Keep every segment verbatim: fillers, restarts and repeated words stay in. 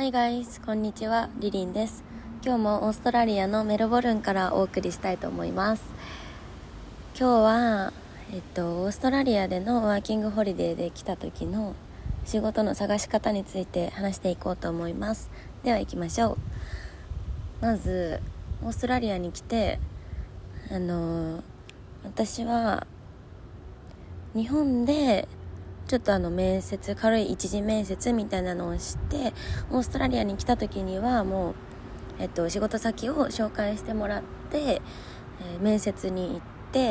Hi guys、こんにちは、リリンです。今日もオーストラリアのメルボルンからお送りしたいと思います。今日は、えっと、オーストラリアでのワーキングホリデーで来た時の仕事の探し方について話していこうと思います。では行きましょう。まず、オーストラリアに来て、あの、私は日本でちょっとあの面接、軽い一次面接みたいなのをしてオーストラリアに来た時にはもう、えっと、仕事先を紹介してもらって、えー、面接に行って、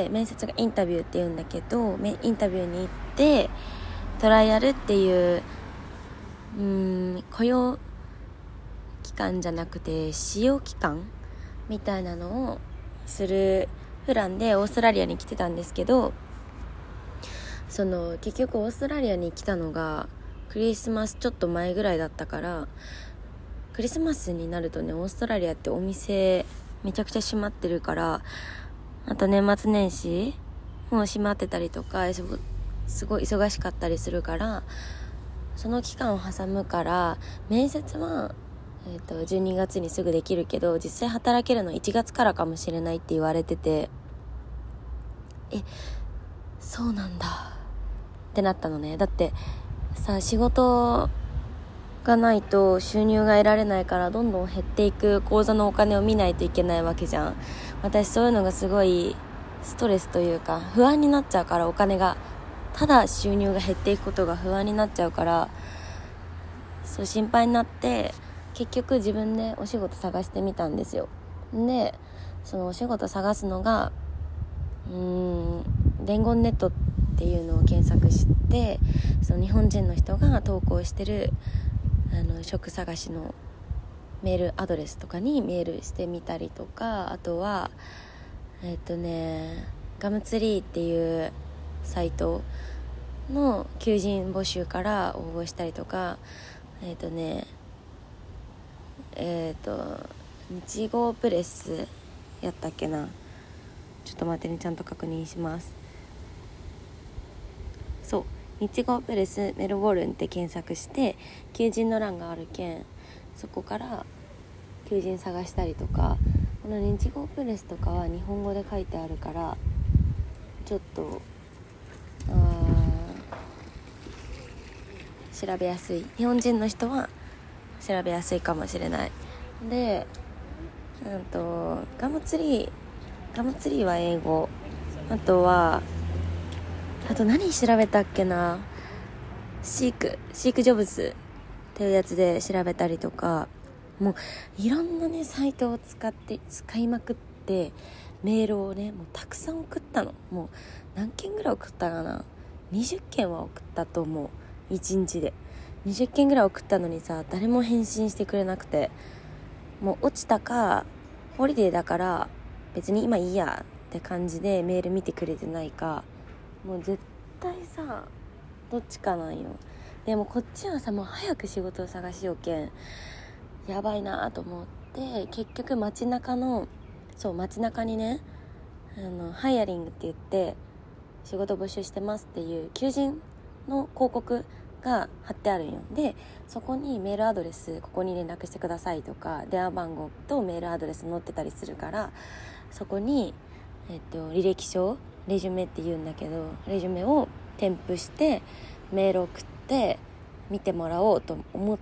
面接がインタビューっていうんだけどインタビューに行ってトライアルっていううーん雇用期間じゃなくて使用期間みたいなのをするプランでオーストラリアに来てたんですけど、その結局オーストラリアに来たのがクリスマスちょっと前ぐらいだったから、クリスマスになるとねオーストラリアってお店めちゃくちゃ閉まってるから、あと年末年始もう閉まってたりとかすごい忙しかったりするから、その期間を挟むから面接は、えーと、じゅうにがつにすぐできるけど実際働けるのいちがつからかもしれないって言われてて、えそうなんだってなったのね。だってさ、仕事がないと収入が得られないからどんどん減っていく口座のお金を見ないといけないわけじゃん。私そういうのがすごいストレスというか不安になっちゃうから、お金がただ収入が減っていくことが不安になっちゃうから、そう心配になって結局自分でお仕事探してみたんですよ。でそのお仕事探すのがうーん伝言ネットっていうのを検索して、その日本人の人が投稿してるあの職探しのメールアドレスとかにメールしてみたりとか、あとはえっとねガムツリーっていうサイトの求人募集から応募したりとか、えっとねえっと日号プレスやったっけな、ちょっと待ってね、ちゃんと確認します。そう日号プレスメルボルンって検索して求人の欄があるけん、そこから求人探したりとか、この日号プレスとかは日本語で書いてあるからちょっとあ調べやすい、日本人の人は調べやすいかもしれない。で、うんとガムツリーガムツリーは英語、あとはあと何調べたっけな、シークシークジョブズっていうやつで調べたりとか、もういろんなねサイトを使って使いまくってメールをねもうたくさん送ったの。もう何件ぐらい送ったかな、にじゅっけんは送ったと思う。いちにちでにじゅっけんぐらい送ったのにさ、誰も返信してくれなくて、もう落ちたかホリデーだから別に今いいやって感じでメール見てくれてないか、もう絶対さどっちかなんよ。でもこっちはさもう早く仕事を探しようけんやばいなと思って、結局街中のそう街中にねあのハイアリングって言って仕事募集してますっていう求人の広告が貼ってあるんよ。でそこにメールアドレスここに連絡してくださいとか電話番号とメールアドレス載ってたりするから、そこに、えっと、履歴書レジュメって言うんだけどレジュメを添付してメール送って見てもらおうと思って、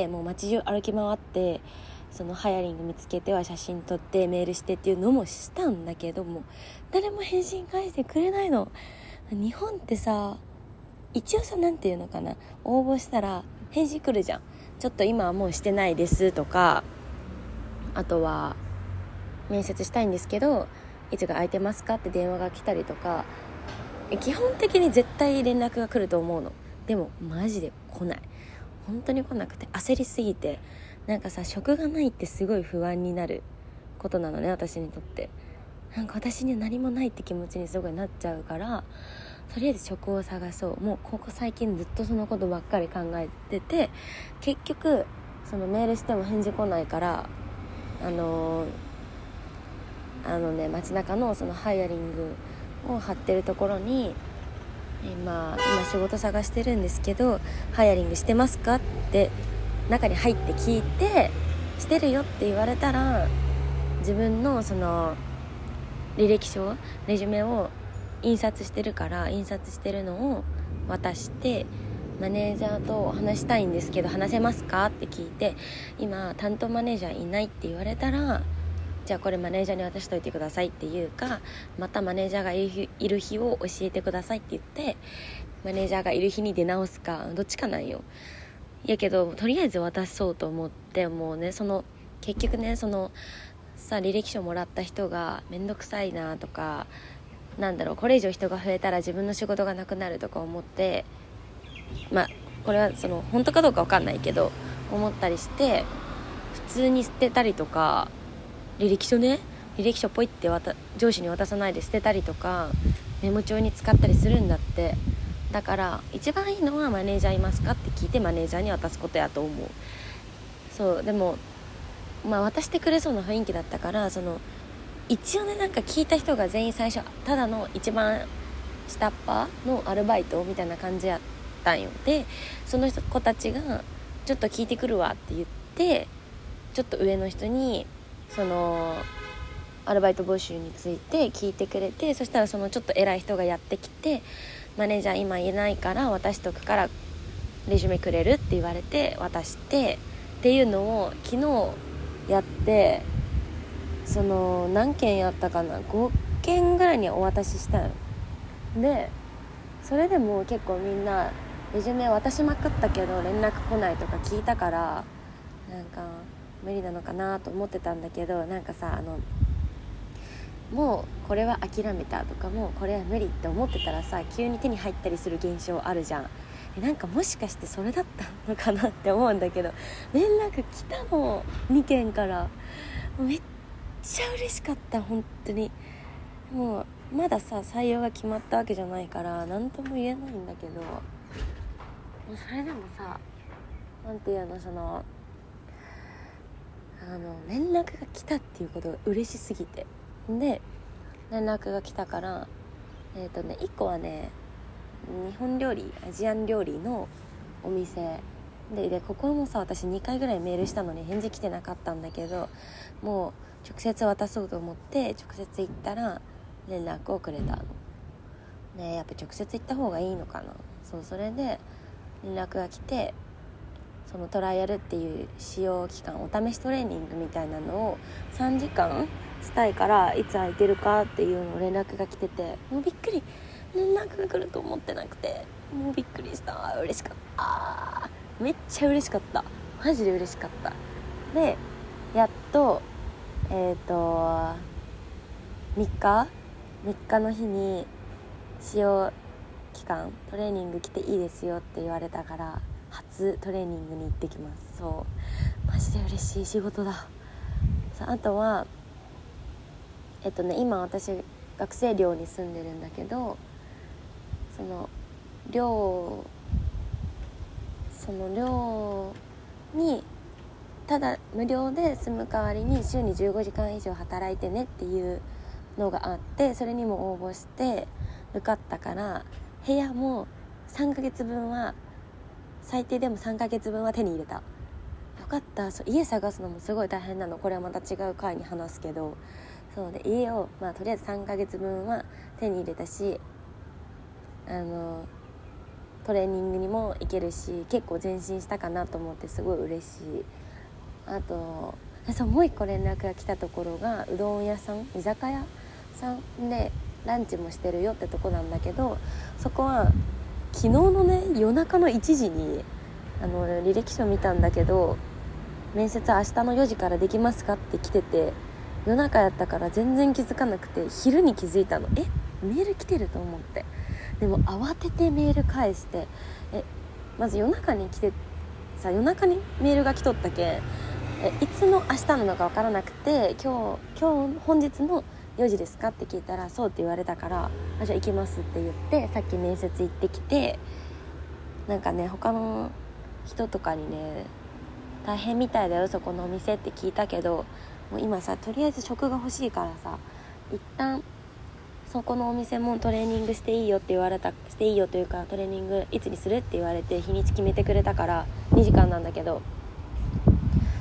もう街中歩き回ってそのハイアリング見つけては写真撮ってメールしてっていうのもしたんだけども誰も返信返してくれないの。日本ってさ一応さなんていうのかな、応募したら返事来るじゃん。ちょっと今はもうしてないですとか、あとは面接したいんですけどいつが空いてますかって電話が来たりとか、基本的に絶対連絡が来ると思うの。でもマジで来ない、本当に来なくて焦りすぎて、なんかさ職がないってすごい不安になることなのね、私にとって。なんか私には何もないって気持ちにすごいなっちゃうから、とりあえず職を探そう。もうここ最近ずっとそのことばっかり考えてて、結局そのメールしても返事来ないから、あのー、あのね街中のそのハイアリングを貼ってるところに今今仕事探してるんですけどハイアリングしてますかって中に入って聞いてしてるよって言われたら、自分のその履歴書レジュメを印刷してるから印刷してるのを渡して、マネージャーと話したいんですけど話せますかって聞いて、今担当マネージャーいないって言われたら、じゃあこれマネージャーに渡しといてくださいっていうか、またマネージャーがいる日、いる日を教えてくださいって言ってマネージャーがいる日に出直すか、どっちかなんよ。やけどとりあえず渡そうと思って、もうねその結局ねそのさ履歴書もらった人がめんどくさいなとか、なんだろうこれ以上人が増えたら自分の仕事がなくなるとか思って、まあこれはその本当かどうか分かんないけど思ったりして、普通に捨てたりとか、履歴書ね履歴書ポイって上司に渡さないで捨てたりとかメモ帳に使ったりするんだって。だから一番いいのはマネージャーいますかって聞いてマネージャーに渡すことやと思う。そうでもまあ渡してくれそうな雰囲気だったから、その一応ねなんか聞いた人が全員最初ただの一番下っ端のアルバイトみたいな感じやったんよ。でその子たちがちょっと聞いてくるわって言って、ちょっと上の人にそのアルバイト募集について聞いてくれて、そしたらそのちょっと偉い人がやってきて、マネージャー今いないから渡しとくからレジュメくれるって言われて渡してっていうのを昨日やって、その何件やったかな、ごけんぐらいにお渡ししたので、それでも結構みんなレジュメ渡しまくったけど連絡来ないとか聞いたから、なんか無理なのかなと思ってたんだけど、なんかさあのもうこれは諦めたとか、もうこれは無理って思ってたらさ急に手に入ったりする現象あるじゃん。なんかもしかしてそれだったのかなって思うんだけど、連絡来たのにけんから、めっちゃ嬉しかった。本当にもうまださ採用が決まったわけじゃないから何とも言えないんだけど、それでもさなんていうの、そのあの連絡が来たっていうことが嬉しすぎて、で連絡が来たからえっとねいっこはね日本料理アジアン料理のお店で、でここもさ私にかいぐらいメールしたのに返事来てなかったんだけど、もう直接渡そうと思って直接行ったら連絡をくれたのね。やっぱ直接行った方がいいのかな。そうそれで連絡が来て、そのトライアルっていう使用期間お試しトレーニングみたいなのをさんじかんしたいからいつ空いてるかっていうのを連絡が来てて、もうびっくり、連絡が来ると思ってなくてもうびっくりした。嬉しかった。めっちゃ嬉しかった。マジで嬉しかった。でやっとえっとみっかみっかの日に使用期間トレーニング来ていいですよって言われたから、初トレーニングに行ってきます。そうマジで嬉しい仕事だ。さあとはえっとね今私学生寮に住んでるんだけど、その寮その寮にただ無料で住む代わりに週にじゅうごじかん以上働いてねっていうのがあって、それにも応募して受かったから、部屋もさんかげつぶんは最低でもさんかげつぶんは手に入れた。よかった。そう家探すのもすごい大変なの。これはまた違う回に話すけど、そうで家を、まあ、とりあえずさんかげつぶんは手に入れたし、あのトレーニングにも行けるし、結構前進したかなと思ってすごい嬉しい。あとそうもう一個連絡が来たところがうどん屋さん居酒屋さんでランチもしてるよってとこなんだけど、そこは昨日のね夜中のいちじにあの履歴書見たんだけど、面接明日のよじからできますかって来てて、夜中やったから全然気づかなくて昼に気づいたの。えメール来てると思って、でも慌ててメール返して、えまず夜中に来てさ、夜中にメールが来とったけん、えいつの明日なのか分からなくて、今日今日本日のよじですかって聞いたらそうって言われたから、あじゃあ行きますって言ってさっき面接行ってきて、なんかね他の人とかにね大変みたいだよそこのお店って聞いたけど、もう今さとりあえず職が欲しいからさ、一旦そこのお店もトレーニングしていいよって言われた、していいよというかトレーニングいつにするって言われて日にち決めてくれたからにじかんなんだけど、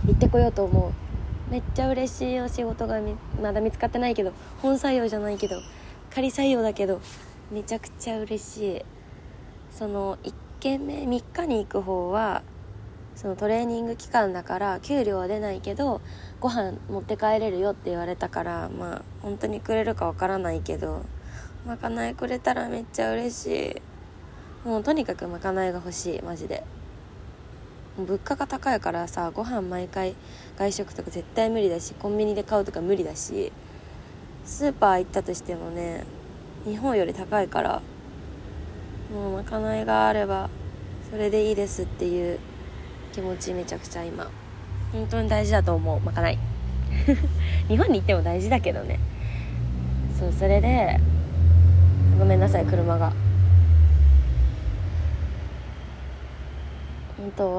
行ってこようと思う。めっちゃ嬉しいお仕事がまだ見つかってないけど、本採用じゃないけど仮採用だけどめちゃくちゃ嬉しい。そのいっけんめみっかに行く方はそのトレーニング期間だから給料は出ないけどご飯持って帰れるよって言われたから、まあ本当にくれるかわからないけどまかないくれたらめっちゃ嬉しい。もうとにかくまかないが欲しい。マジで物価が高いからさ、ご飯毎回外食とか絶対無理だし、コンビニで買うとか無理だし、スーパー行ったとしてもね日本より高いから、もうまかないがあればそれでいいですっていう気持ちめちゃくちゃ今本当に大事だと思う。まかない日本に行っても大事だけどね。そう、それでごめんなさい、車が。本当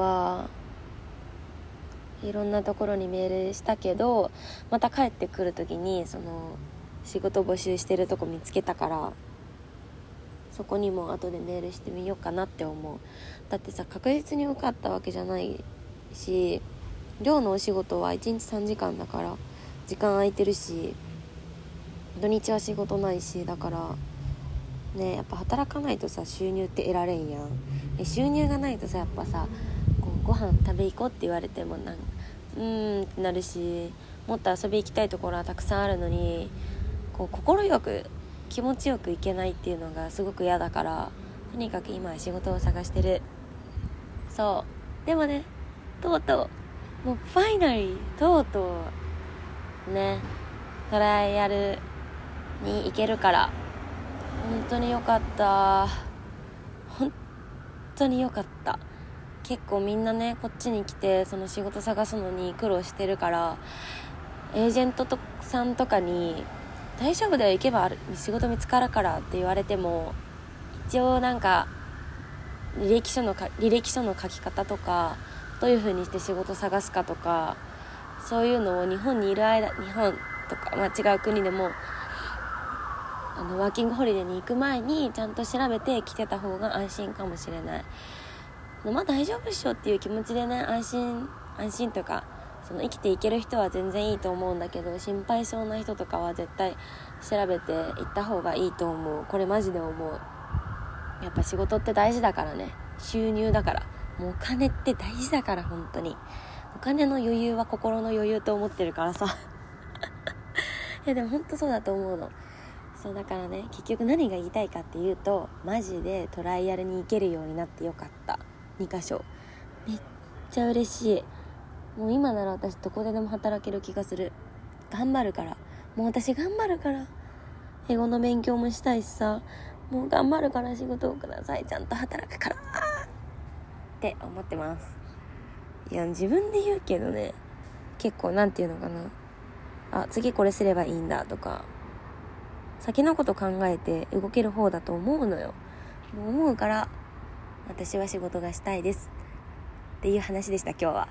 はいろんなところにメールしたけど、また帰ってくる時にその仕事募集してるとこ見つけたから、そこにも後でメールしてみようかなって思う。だってさ、確実に受かったわけじゃないし、寮のお仕事はいちにちさんじかんだから時間空いてるし、土日は仕事ないし、だからね、やっぱ働かないとさ収入って得られんやん。え収入がないとさ、やっぱさこうご飯食べ行こうって言われてもなんうーんってなるし、もっと遊び行きたいところはたくさんあるのに、こう心よく気持ちよく行けないっていうのがすごく嫌だから、とにかく今は仕事を探してる。そうでもね、とうとうもうファイナリーとうとうねトライアルに行けるから本当に良かった。本当に良かった。結構みんなねこっちに来てその仕事探すのに苦労してるから、エージェントとさんとかに大丈夫だよ行けば仕事見つかるからって言われても、一応なんか履歴書のか履歴書の書き方とかどういう風にして仕事探すかとか、そういうのを日本にいる間、日本とか、まあ、違う国でもあのワーキングホリデーに行く前にちゃんと調べて来てた方が安心かもしれない。まあ大丈夫っしょっていう気持ちでね、安心安心というかその生きていける人は全然いいと思うんだけど、心配性な人とかは絶対調べていった方がいいと思う。これマジで思う。やっぱ仕事って大事だからね。収入だから、もうお金って大事だから。本当にお金の余裕は心の余裕と思ってるからさいやでも本当そうだと思うの。そうだからね、結局何が言いたいかっていうと、マジでトライアルに行けるようになってよかった。にかしょめっちゃ嬉しい。もう今なら私どこででも働ける気がする。頑張るから、もう私頑張るから、英語の勉強もしたいしさ、もう頑張るから仕事をください、ちゃんと働くからって思ってます。いや自分で言うけどね、結構なんていうのかな、あ次これすればいいんだとか先のこと考えて動ける方だと思うのよ。もう思うから私は仕事がしたいですっていう話でした今日は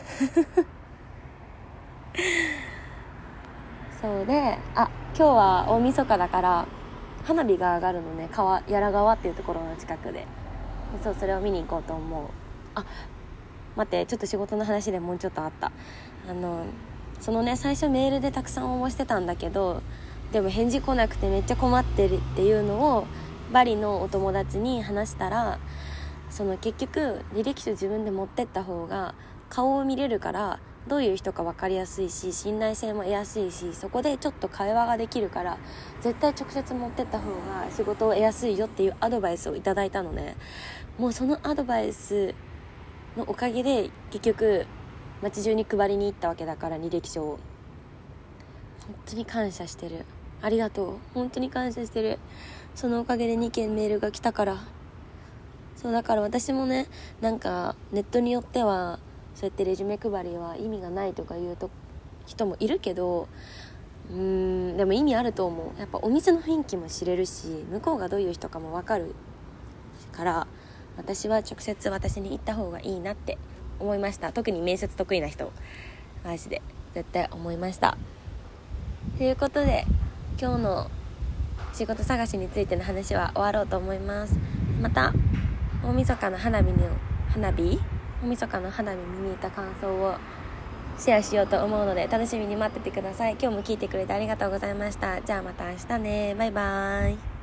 そうで、あ今日は大晦日だから花火が上がるのね、川柳川っていうところの近くで、そうそれを見に行こうと思う。あ待って、ちょっと仕事の話でもうちょっとあった。あのそのね最初メールでたくさん応募してたんだけど、でも返事来なくてめっちゃ困ってるっていうのをバリのお友達に話したら、その結局履歴書自分で持ってった方が顔を見れるから、どういう人か分かりやすいし信頼性も得やすいし、そこでちょっと会話ができるから絶対直接持ってった方が仕事を得やすいよっていうアドバイスをいただいたのね。もうそのアドバイスのおかげで結局街中に配りに行ったわけだから、履歴書を。本当に感謝してる。ありがとう。本当に感謝してる。そのおかげでにけんメールが来たから。そうだから私もね、なんかネットによってはそうやってレジュメ配りは意味がないとか言うと人もいるけど、うーんでも意味あると思う。やっぱお店の雰囲気も知れるし、向こうがどういう人かも分かるから、私は直接私に言った方がいいなって思いました。特に面接得意な人マジで絶対思いました。ということで今日の仕事探しについての話は終わろうと思います。また大晦日の花火の花火大晦日の花火見に行った感想をシェアしようと思うので楽しみに待っててください。今日も聞いてくれてありがとうございました。じゃあまた明日ね。バイバーイ。